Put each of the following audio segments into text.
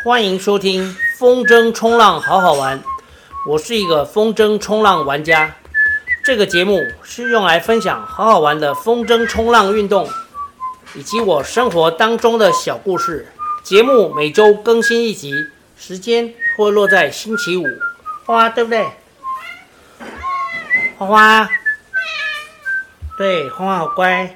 欢迎收听风筝冲浪好好玩，我是一个风筝冲浪玩家。这个节目是用来分享好好玩的风筝冲浪运动，以及我生活当中的小故事。节目每周更新一集，时间会落在星期五。花花对不对？花花，对，花花好乖。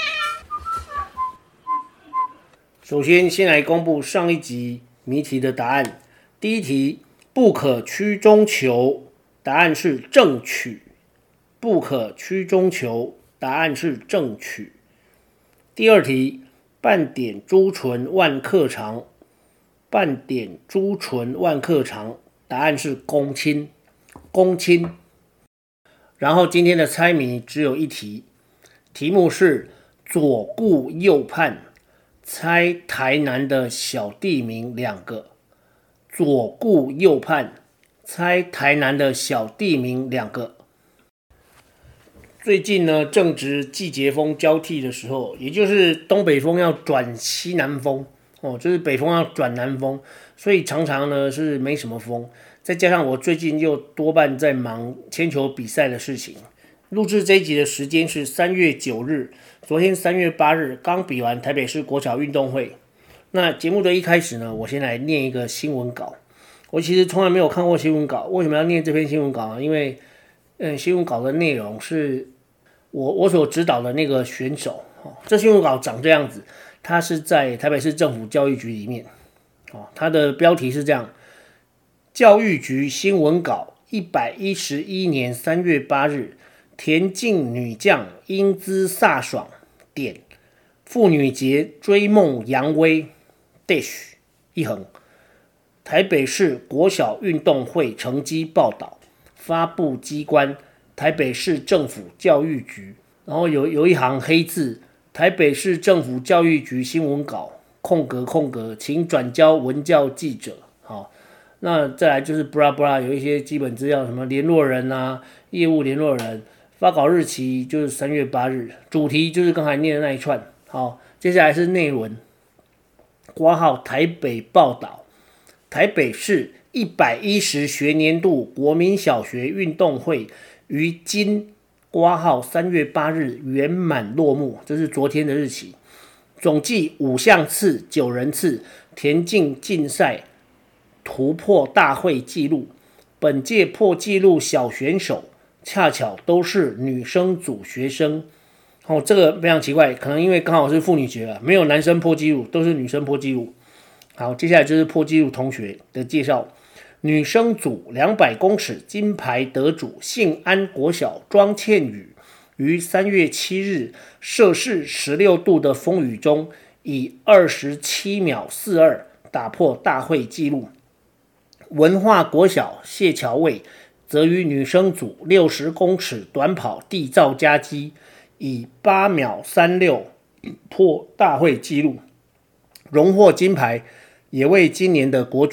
首先来公布上一集谜题的答案。第一题，不可曲中求，答案是正曲。不可曲中求，答案是正曲。第二题，半点朱唇万客长，半点朱唇万客长，答案是公亲。公亲。然后今天的猜谜只有一题，题目是左顾右盼，猜台南的小地名两个。左顾右盼，猜台南的小地名两个。最近呢，正值季节风交替的时候，也就是东北风要转西南风就是北风要转南风，所以常常呢是没什么风。再加上我最近又多半在忙铅球比赛的事情。录制这一集的时间是3月9日，昨天3月8日刚比完台北市国小运动会。那节目的一开始呢，我先来念一个新闻稿。我其实从来没有看过新闻稿，为什么要念这篇新闻稿呢？因为新闻稿的内容是我所指导的那个选手这新闻稿长这样子，它是在台北市政府教育局里面它的标题是这样：教育局新闻稿111年3月8日，田径女将英姿飒爽点妇女节追梦扬威 dash 一横，台北市国小运动会成绩报道，发布机关台北市政府教育局，然后有一行黑字，台北市政府教育局新闻稿空格，请转交文教记者。好，那再来就是布拉布拉，有一些基本资料，什么联络人啊，业务联络人，发稿日期就是3月8日，主题就是刚才念的那一串。好，接下来是内文，括号台北报道，台北市110学年度国民小学运动会于今括号3月8日圆满落幕，这是昨天的日期。总计5项次9人次田径竞赛突破大会纪录，本届破纪录小选手恰巧都是女生组学生。这个非常奇怪，可能因为刚好是妇女节了，没有男生破纪录，都是女生破纪录。好，接下来就是破纪录同学的介绍。女生组200公尺金牌得主信安国小庄倩宇，于3月7日摄氏16度的风雨中，以27秒42打破大会纪录。文化国小谢乔卫则于女生组60公尺短跑缔造佳绩，以8秒36破大会纪录，荣获金牌，也为今年的国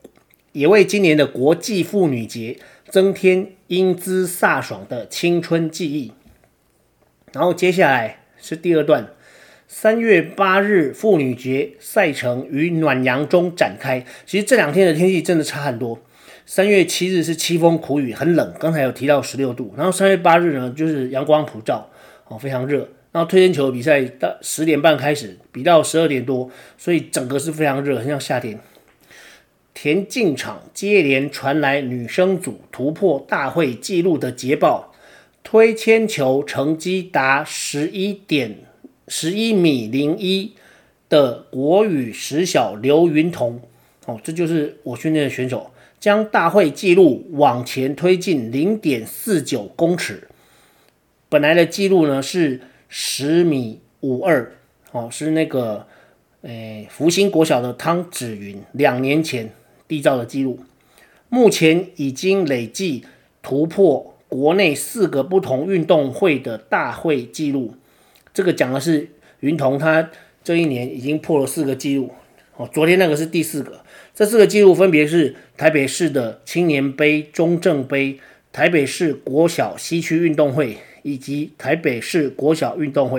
际妇女节增添英姿飒爽的青春记忆。然后接下来是第二段，3月8日妇女节赛程于暖阳中展开。其实这2天的天气真的差很多。3月7日是凄风苦雨，很冷，刚才有提到16度。然后3月8日呢，就是阳光普照，非常热。然后推铅球比赛到10点半开始，比到12点多，所以整个是非常热，很像夏天。田径场接连传来女生组突破大会纪录的捷报，推铅球成绩达11米01的国语实小刘云彤，这就是我训练的选手，将大会纪录往前推进 0.49 公尺。本来的纪录呢是10米52，是那个福星国小的汤芷云2年前缔造的纪录，目前已经累计突破国内4个不同运动会的大会纪录。这个讲的是云彤，他这一年已经破了4个纪录，昨天那个是第4个。这4个纪录分别是台北市的青年杯、中正杯、台北市国小西区运动会以及台北市国小运动会。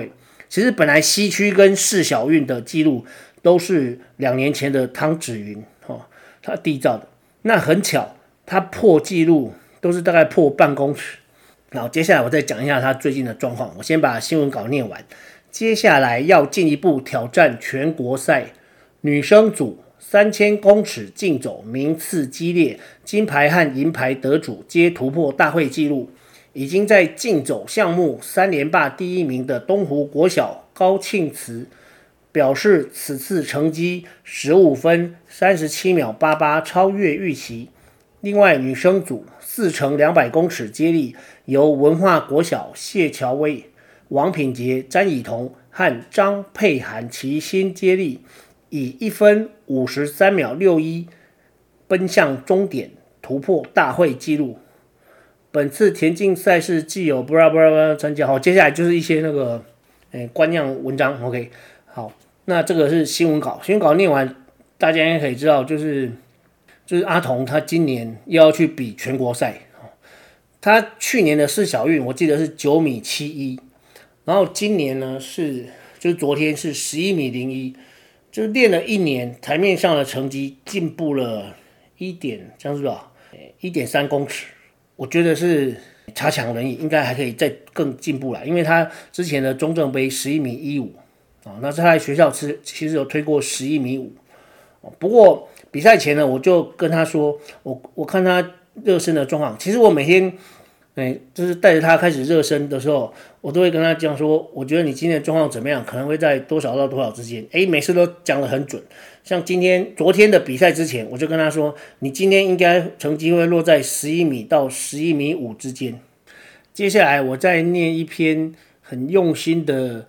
其实本来西区跟市小运的记录都是2年前的汤芷云他缔造的。那很巧，他破纪录都是大概破半公尺。然后接下来我再讲一下他最近的状况。我先把新闻稿念完。接下来要进一步挑战全国赛，女生组3000公尺竞走名次激烈，金牌和银牌得主皆突破大会纪录。已经在竞走项目3连霸第1名的东湖国小高庆慈表示，此次成绩15分37秒88，超越预期。另外，女生组4乘200公尺接力由文化国小谢乔薇、王品杰、詹以彤和张佩涵齐心接力，以1分53秒61奔向终点，突破大会纪录。本次田径赛事既有布拉参加，好，接下来就是一些那个官样文章 ，OK， 好，那这个是新闻稿，新闻稿念完，大家应该可以知道，就是阿童他今年又要去比全国赛，他去年的市小运我记得是9米71，然后今年呢就是昨天是11米01，就是练了1年，台面上的成绩进步了这样是吧？1.3公尺。我觉得是差强人意，应该还可以再更进步啦。因为他之前的中正杯11米15那他在学校其实有推过11米5不过比赛前呢，我就跟他说，我看他热身的状况，其实我每天就是带着他开始热身的时候，我都会跟他讲说，我觉得你今天的状况怎么样，可能会在多少到多少之间。每次都讲得很准。像昨天的比赛之前，我就跟他说，你今天应该成绩会落在11米到11米5之间。接下来我再念一篇很用心的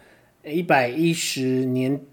110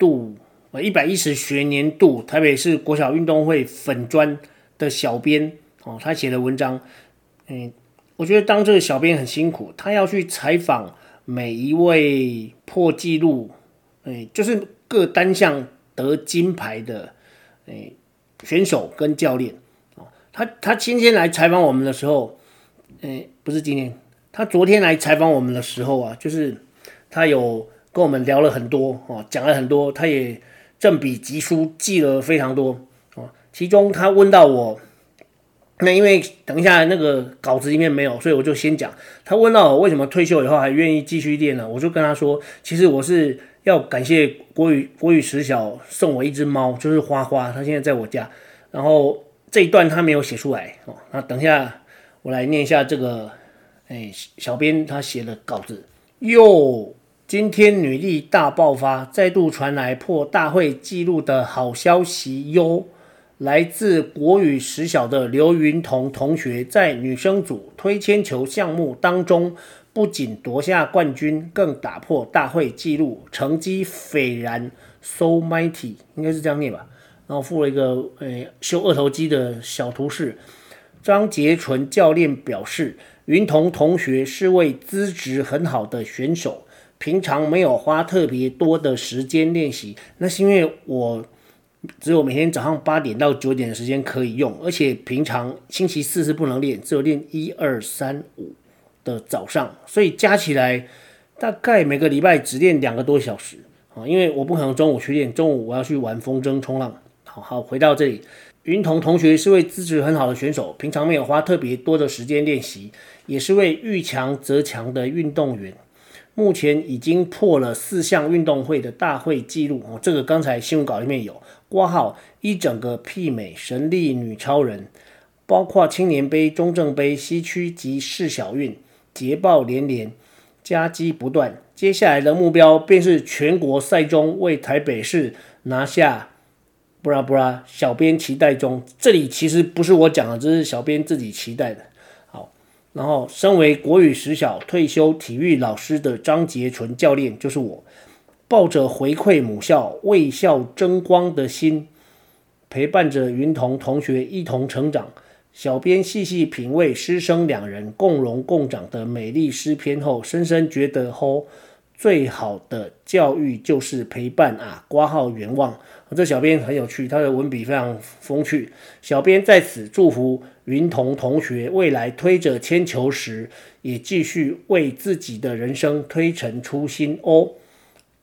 学年度台北市国小运动会粉专的小编他写的文章。我觉得当这个小编很辛苦，他要去采访每一位破纪录，就是各单项得金牌的选手跟教练。他今天来采访我们的时候，不是今天，他昨天来采访我们的时候啊，就是他有跟我们聊了很多讲了很多，他也正笔疾书记了非常多其中他问到我。那因为等一下那个稿子里面没有，所以我就先讲。他问到我为什么退休以后还愿意继续练呢？我就跟他说，其实我是要感谢国语实小送我一只猫，就是花花，他现在在我家。然后这一段他没有写出来那等一下我来念一下这个小编他写的稿子。今天女力大爆发，再度传来破大会纪录的好消息来自国语实小的刘云彤同学，在女生组推铅球项目当中，不仅夺下冠军，更打破大会纪录，成绩斐然 so mighty， 应该是这样念吧。然后附了一个修二头肌的小图示。张杰纯教练表示，云彤同学是位资质很好的选手，平常没有花特别多的时间练习，那是因为我只有每天早上8点到9点的时间可以用，而且平常星期4是不能练，只有练1、2、3、5的早上，所以加起来大概每个礼拜只练2个多小时因为我不可能中午去练，中午我要去玩风筝冲浪。好，回到这里，云彤同学是位资质很好的选手，平常没有花特别多的时间练习，也是位遇强则强的运动员。目前已经破了4项运动会的大会纪录这个刚才新闻稿里面有括号一整个媲美神力女超人，包括青年杯、中正杯、西区及市小运，捷报连连，佳绩不断。接下来的目标便是全国赛中为台北市拿下布拉布拉，小编期待中。这里其实不是我讲的，这是小编自己期待的。好，然后身为国语实小退休体育老师的张杰纯教练，就是我，抱着回馈母校、为校争光的心，陪伴着云彤同学一同成长。小编细细品味师生2人共荣共长的美丽诗篇后，深深觉得最好的教育就是陪伴啊！括号原望。这小编很有趣，他的文笔非常风趣。小编在此祝福云彤同学未来推着铅球时，也继续为自己的人生推陈出新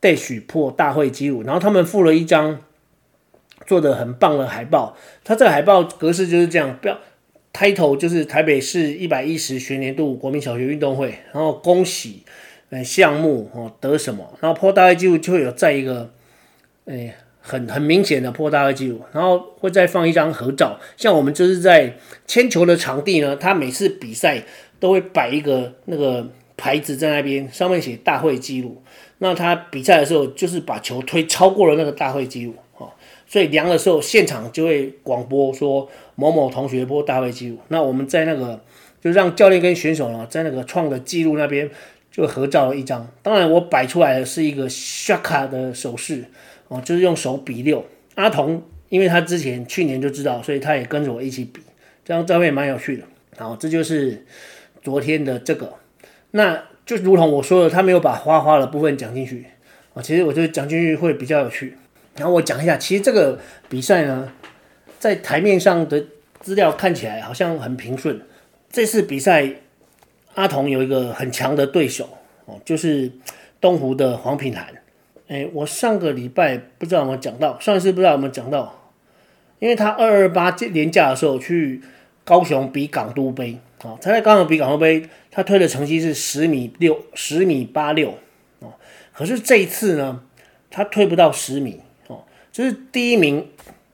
Dash 破大会纪录，然后他们附了一张做的很棒的海报，它这个海报格式就是这样，title 就是台北市110学年度国民小学运动会，然后恭喜项目得什么，然后破大会纪录就会有在一个很明显的破大会纪录，然后会再放一张合照。像我们就是在铅球的场地呢，他每次比赛都会摆一个那个牌子在那边，上面写大会纪录。那他比赛的时候就是把球推超过了那个大会纪录，所以量的时候现场就会广播说某某同学破大会纪录。那我们在那个就让教练跟选手呢在那个创的纪录那边就合照了一张。当然我摆出来的是一个 shaka 的手势。就是用手比6。阿童因为他之前去年就知道，所以他也跟着我一起比，这张照片蛮有趣的。好，这就是昨天的这个。那就如同我说的，他没有把花花的部分讲进去。其实我觉得讲进去会比较有趣。然后我讲一下，其实这个比赛呢，在台面上的资料看起来好像很平顺。这次比赛，阿童有一个很强的对手，就是东湖的黄品涵。我上个礼拜不知道有没有讲到，上一次不知道有没有讲到，因为他228连假的时候去高雄比港都杯，他在高雄比港都杯，他推的成绩是10米86，可是这一次呢，他推不到10米，就是第一名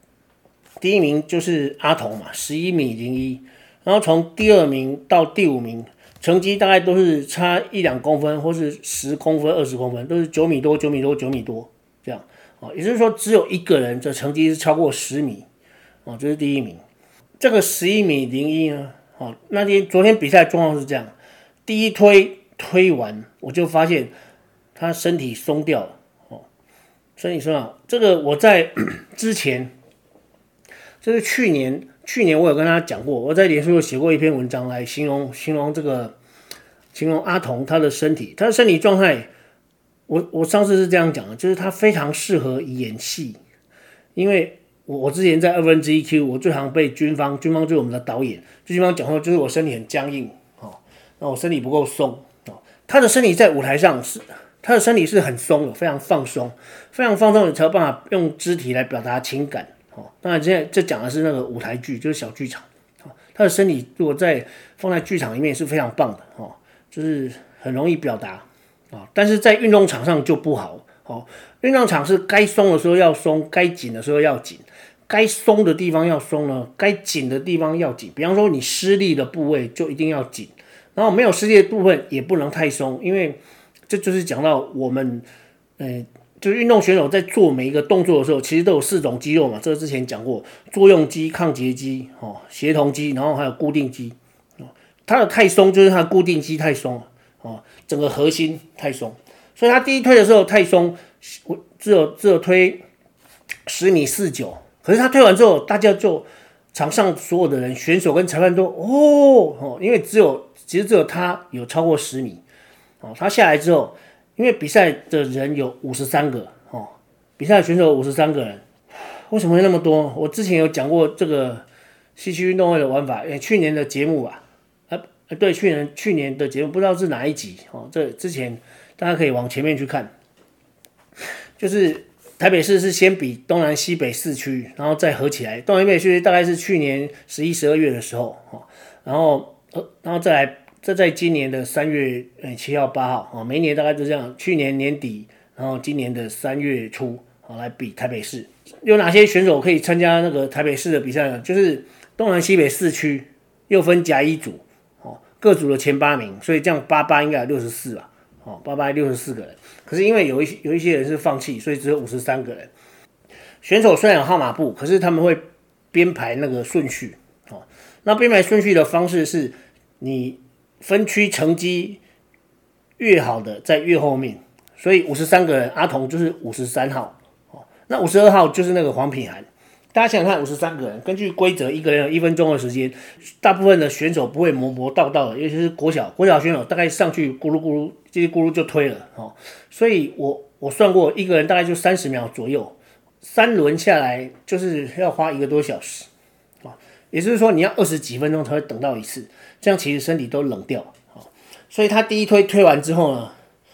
就是阿童嘛，11米01，然后从第2名到第5名。成绩大概都是差1-2公分，或是10公分、20公分，都是9米多、9米多、9米多这样。也就是说，只有一个人的成绩是超过10米，这是第一名。这个11米01呢，昨天比赛状况是这样：第一推完，我就发现他身体松掉了，身体松掉。这个我在之前，这是去年我有跟他讲过，我在脸书有写过一篇文章来形容阿童他的身体状态。我上次是这样讲的，就是他非常适合演戏，因为我之前在1/2Q，我最常被军方就是我们的导演，军方讲说就是我身体很僵硬，那我身体不够松，他的身体在舞台上他的身体是很松的，非常放松，你才有办法用肢体来表达情感。当然，现在这讲的是那个舞台剧，就是小剧场。他的身体如果放在剧场里面是非常棒的，就是很容易表达。但是在运动场上就不好。运动场是该松的时候要松，该紧的时候要紧，该松的地方要松呢，该紧的地方要紧。比方说你施力的部位就一定要紧，然后没有施力的部分也不能太松，因为这就是讲到我们，就是运动选手在做每一个动作的时候，其实都有4种肌肉嘛，这个之前讲过，作用肌、抗结肌、协同肌，然后还有固定肌。它的太松就是它的固定肌太松了，整个核心太松，所以他第一推的时候太松，我只有推10米49，可是他推完之后，大家就场上所有的人、选手跟裁判都因为其实只有他有超过10米，他下来之后。因为比赛的人有53个，比赛的选手有53个人，为什么会那么多？我之前有讲过这个西区运动会的玩法，去年的节目吧，对，去年的节目不知道是哪一集，这之前大家可以往前面去看，就是台北市是先比东南西北4区，然后再合起来，东南西北区大概是去年11、12月的时候，然后再来。这在今年的3月7号、8号，每一年大概就这样。去年年底，然后今年的3月初，来比台北市。有哪些选手可以参加那个台北市的比赛呢？就是东南西北4区，又分甲乙组，各组的前8名，所以这样88应该有64吧，88 64个人。可是因为有一些人是放弃，所以只有53个人。选手虽然有号码布，可是他们会编排那个顺序，那编排顺序的方式是你。分区成绩越好的在越后面，所以53个人，阿童就是53号，那52号就是那个黄品涵。大家想想看，53个人，根据规则，一个人有1分钟的时间，大部分的选手不会磨磨道道的，尤其是国小选手，大概上去咕噜咕噜，叽里咕噜就推了，所以我算过，一个人大概就30秒左右，3轮下来就是要花1个多小时，也就是说你要20几分钟才会等到一次。这样其实身体都冷掉，所以他第一推完之后呢，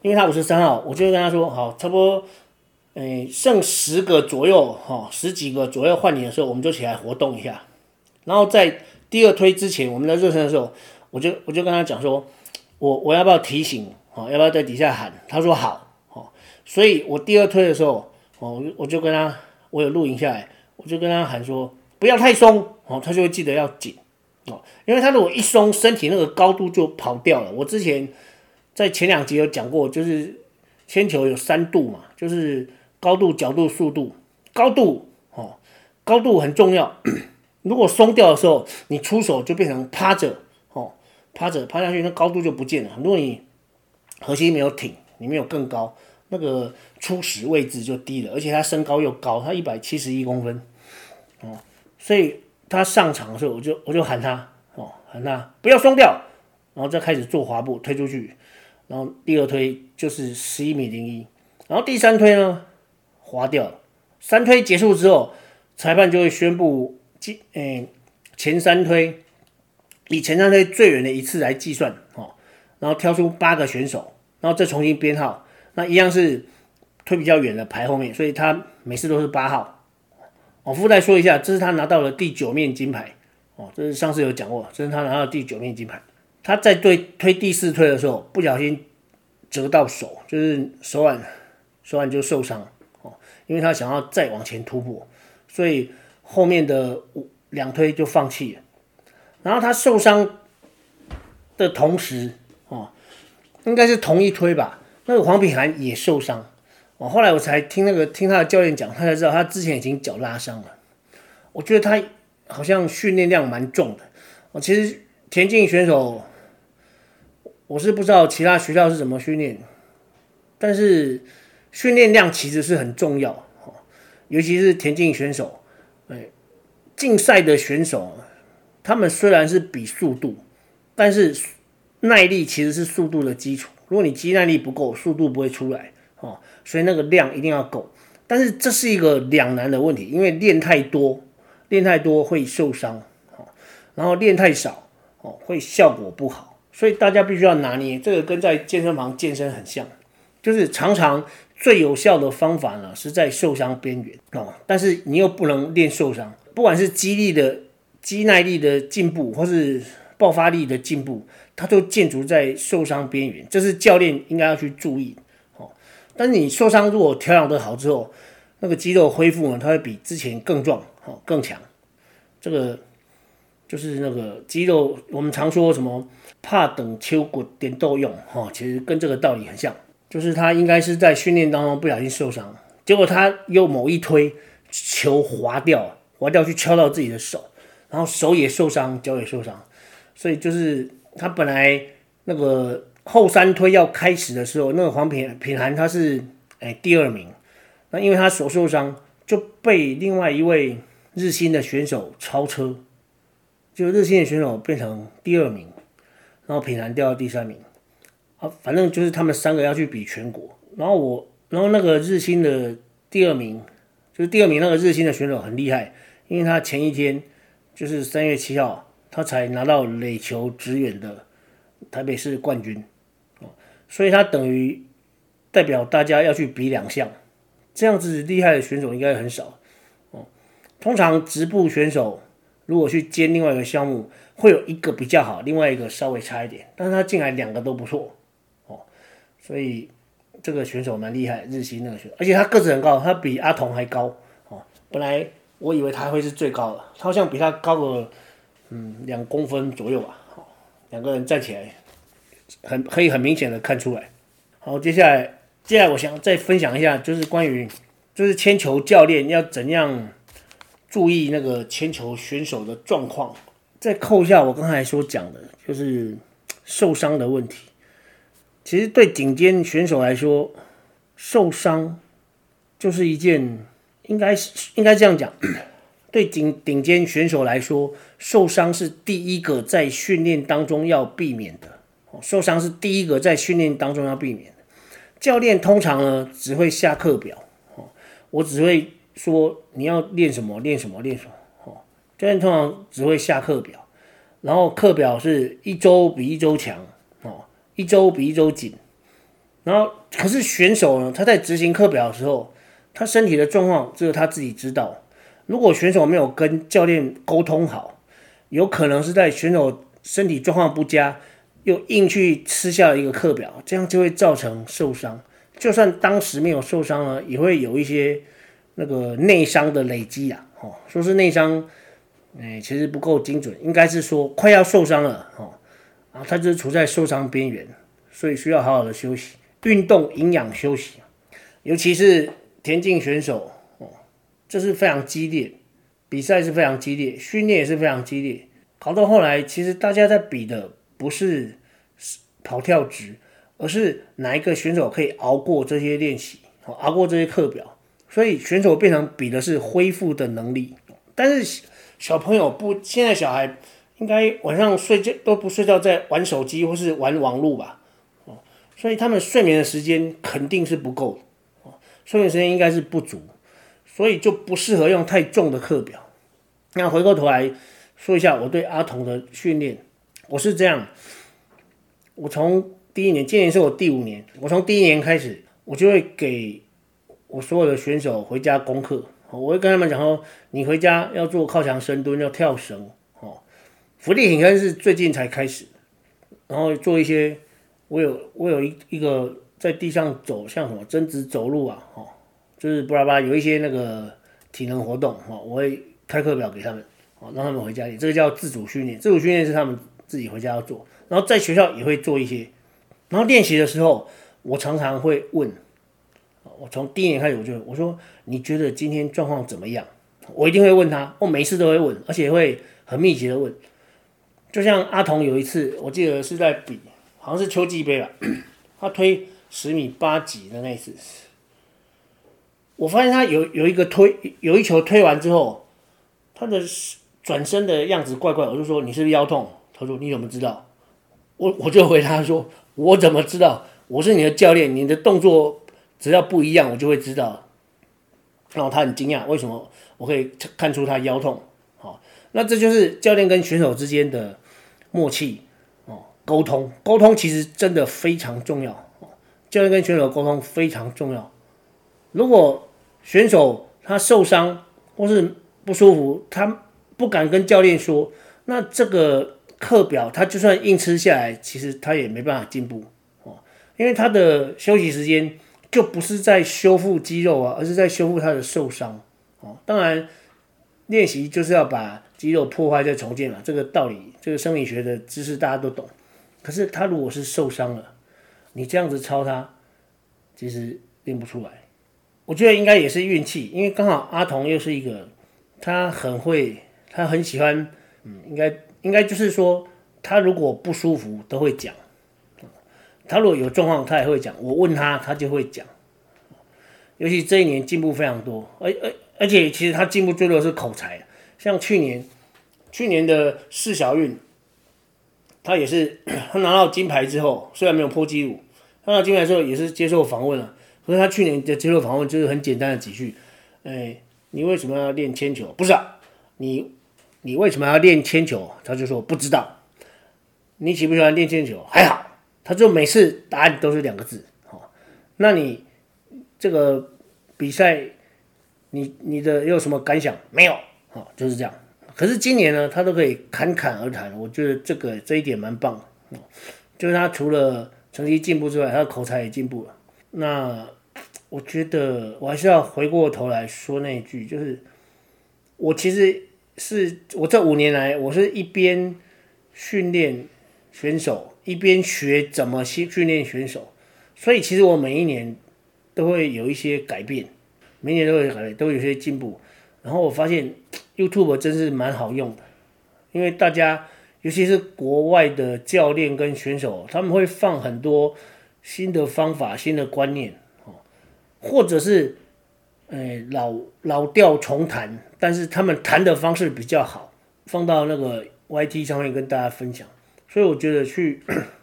因为他53号，我就跟他说好，差不多，剩10个左右，十几个左右换你的时候，我们就起来活动一下。然后在第二推之前，我们在热身的时候，我就跟他讲说，我要不要提醒，要不要在底下喊？他说好，所以我第二推的时候，我就跟他，我有录影下来，我就跟他喊说不要太松，他就会记得要紧，因为他如果一松，身体那个高度就跑掉了。我之前在前2集有讲过，就是铅球有3度嘛，就是高度、角度、速度。高度很重要。如果松掉的时候，你出手就变成趴着，趴下去，那高度就不见了。如果你核心没有挺，你没有更高，那个初始位置就低了，而且他身高又高，他171公分，所以他上场的时候，我就喊他不要松掉，然后再开始做滑步推出去，然后第二推就是11.01米，然后第3推呢滑掉了。3推结束之后，裁判就会宣布前3推，以前3推最远的一次来计算，然后挑出8个选手，然后再重新编号，那一样是推比较远的排后面，所以他每次都是8号。附带说一下，这是他拿到了第9面金牌，这是上次有讲过，这是他拿到的第9面金牌。他在推第4推的时候，不小心折到手，就是手腕就受伤，因为他想要再往前突破，所以后面的2推就放弃了。然后他受伤的同时，应该是同一推吧，那个黄品涵也受伤。后来我才听他的教练讲，他才知道他之前已经脚拉伤了。我觉得他好像训练量蛮重的。其实田径选手，我是不知道其他学校是怎么训练，但是训练量其实是很重要，尤其是田径选手，竞赛的选手，他们虽然是比速度，但是耐力其实是速度的基础。如果你肌耐力不够，速度不会出来，所以那个量一定要够。但是这是一个两难的问题，因为练太多会受伤，然后练太少，会效果不好。所以大家必须要拿捏，这个跟在健身房健身很像，就是常常最有效的方法呢是在受伤边缘，但是你又不能练受伤，不管是肌耐力的进步，或是爆发力的进步，它都建筑在受伤边缘，这是教练应该要去注意。但是你受伤如果调养得好之后，那个肌肉恢复呢，它会比之前更壮，更强。这个就是那个肌肉，我们常说什么怕等秋骨点豆用，其实跟这个道理很像，就是他应该是在训练当中不小心受伤，结果他又某一推球滑掉去敲到自己的手，然后手也受伤，脚也受伤，所以就是他本来那个后3推要开始的时候，那个黄品涵他是第2名，那因为他手受伤，就被另外一位日新的选手超车，就日新的选手变成第2名，然后品涵掉到第3名，反正就是他们3个要去比全国，然后那个日新的第2名，就是第2名那个日新的选手很厉害，因为他前一天就是3月7号，他才拿到垒球职远的台北市冠军。所以他等于代表大家要去比2项，这样子厉害的选手应该很少。通常职部选手如果去兼另外一个项目，会有一个比较好，另外一个稍微差一点，但是他进来2个都不错，所以这个选手蛮厉害，日新那个选手，而且他个子很高，他比阿童还高。本来我以为他会是最高的，他好像比他高个2公分左右吧。2个人站起来。可以很明显的看出来。好，接下来我想再分享一下，就是关于就是铅球教练要怎样注意那个铅球选手的状况。再扣一下我刚才所讲的，就是受伤的问题。其实对顶尖选手来说，受伤就是一件应该这样讲，对顶尖选手来说，受伤是第一个在训练当中要避免的。受伤是第一个在训练当中要避免的。教练通常呢只会下课表，我只会说你要练什么。教练通常只会下课表，然后课表是一周比一周强，一周比一周紧， 然后可是选手呢，他在执行课表的时候，他身体的状况只有他自己知道。如果选手没有跟教练沟通好，有可能是在选手身体状况不佳，又硬去吃下了一个课表，这样就会造成受伤。就算当时没有受伤呢，也会有一些那个内伤的累积啦。说是内伤，其实不够精准，应该是说快要受伤了。他就是处在受伤边缘，所以需要好好的休息，运动、营养、休息。尤其是田径选手，这是非常激烈，比赛是非常激烈，训练也是非常激烈。搞到后来，其实大家在比的不是跑跳值，而是哪一个选手可以熬过这些练习，熬过这些课表。所以选手变成比的是恢复的能力。但是小朋友不，现在小孩应该晚上睡觉都不睡觉，在玩手机或是玩网络吧。所以他们睡眠的时间肯定是不够的，睡眠时间应该是不足，所以就不适合用太重的课表。那回过头来说一下我对阿童的训练，我是这样，我从第一年，今年是我第5年，我从第1年开始，我就会给我所有的选手回家功课，我会跟他们讲说，你回家要做靠墙深蹲，要跳绳，伏地挺身是最近才开始，然后做一些，我有一个在地上走，像什么增值走路啊，就是巴拉巴拉有一些那个体能活动，我会开课表给他们，让他们回家练，这个叫自主训练，自主训练是他们自己回家要做，然后在学校也会做一些，然后练习的时候，我常常会问，我从第1年开始我说你觉得今天状况怎么样？我一定会问他，我每一次都会问，而且会很密集的问。就像阿童有一次，我记得是在比，好像是秋季杯吧，他推10米8级的那一次，我发现他有一球推完之后，他的转身的样子怪怪，我就说你是不是腰痛？他说你怎么知道？我就回他说我怎么知道？我是你的教练，你的动作只要不一样，我就会知道。然后他很惊讶，为什么我可以看出他腰痛？那这就是教练跟选手之间的默契沟通其实真的非常重要。教练跟选手沟通非常重要。如果选手他受伤或是不舒服，他不敢跟教练说，那这个课表他就算硬吃下来，其实他也没办法进步因为他的休息时间就不是在修复肌肉而是在修复他的受伤当然，练习就是要把肌肉破坏再重建嘛，这个道理，这个生理学的知识大家都懂。可是他如果是受伤了，你这样子操他，其实练不出来。我觉得应该也是运气，因为刚好阿童又是一个他很会，他很喜欢，应该就是说，他如果不舒服都会讲，他如果有状况他也会讲，我问他他就会讲。尤其这一年进步非常多，而且其实他进步最多的是口才，像去年的世小运，他也是他拿到金牌之后，虽然没有破纪录，他拿到金牌之后也是接受访问了。可是他去年的接受访问就是很简单的几句，你为什么要练铅球？不是啊，你为什么要练铅球？他就说不知道。你喜不喜欢练铅球？还好。他就每次答案都是2个字。那你这个比赛，你的有什么感想？没有，就是这样。可是今年呢，他都可以侃侃而谈，我觉得这一点蛮棒的。就是他除了成绩进步之外，他的口才也进步了。那我觉得我还是要回过头来说那一句，就是我其实是我这5年来，我是一边训练选手，一边学怎么训练选手，所以其实我每一年都会有一些改变，每一年都会改变，都有一些进步。然后我发现 YouTube 真是蛮好用的，因为大家尤其是国外的教练跟选手，他们会放很多新的方法、新的观念，或者是老调重弹，但是他们弹的方式比较好，放到那个 YT 上面跟大家分享。所以我觉得去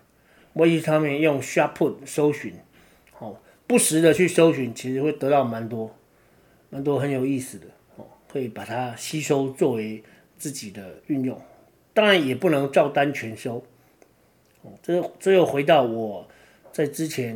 YT 上面用 Shotput 搜寻，不时的去搜寻，其实会得到蛮多很有意思的，可以把它吸收作为自己的运用。当然也不能照单全收，这又回到我在之前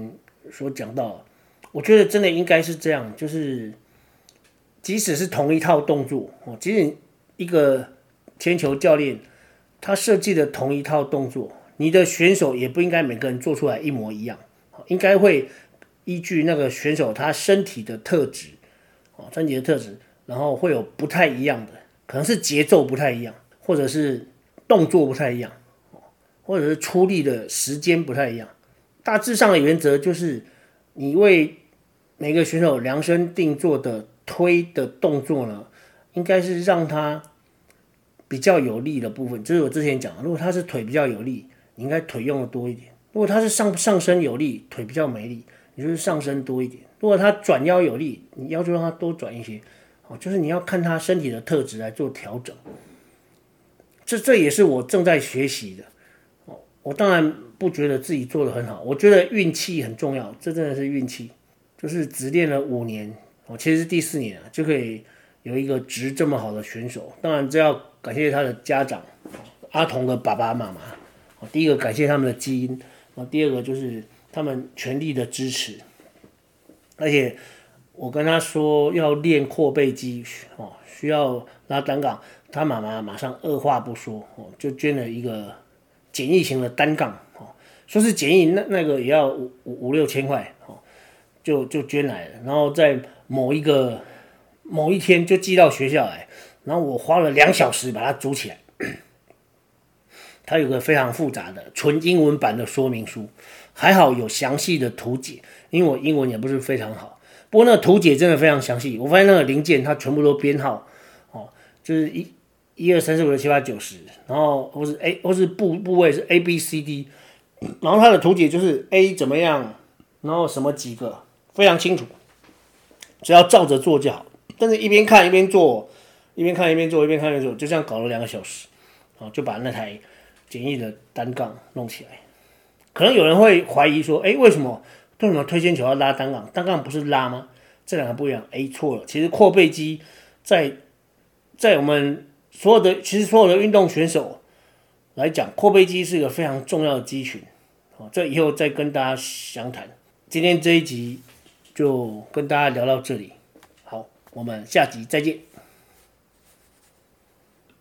所讲到，我觉得真的应该是这样，就是即使是同一套动作，即使一个铅球教练他设计的同一套动作，你的选手也不应该每个人做出来一模一样，应该会依据那个选手他身体的特质，然后会有不太一样的，可能是节奏不太一样，或者是动作不太一样，或者是出力的时间不太一样。大致上的原则就是，你为每个选手量身定做的推的动作呢，应该是让他比较有力的部分，就是我之前讲的，如果他是腿比较有力，你应该腿用的多一点；如果他是上身有力，腿比较没力，你就是上身多一点；如果他转腰有力，你腰就让他多转一些。就是你要看他身体的特质来做调整。这也是我正在学习的。我当然不觉得自己做的很好，我觉得运气很重要，这真的是运气。就是只练了5年，其实是第4年就可以有一个值这么好的选手。当然这要感谢他的家长，阿童的爸爸妈妈。第一个感谢他们的基因，第二个就是他们全力的支持。而且我跟他说要练阔背肌，需要拉单杠，他妈妈马上二话不说，就捐了一个简易型的单杠，说是简易，那个也要5、6千块，就捐来了，然后在某一天就寄到学校来，然后我花了2小时把它组起来。它有个非常复杂的纯英文版的说明书，还好有详细的图解，因为我英文也不是非常好，不过那个图解真的非常详细，我发现那个零件它全部都编号，就是1、2、3、4、5、6、7、8、9、10，然后或是部位是 A B C D， 然后它的图解就是 A 怎么样，然后什么几个非常清楚，只要照着做就好。但是一边看一边做，就这样搞了2个小时，就把那台简易的单杠弄起来。可能有人会怀疑说，为什么推铅球要拉单杠？单杠不是拉吗？这两个不一样。错了，其实阔背肌在我们所有的运动选手来讲，阔背肌是一个非常重要的肌群。这以后再跟大家详谈。今天这一集就跟大家聊到这里，好，我们下集再见。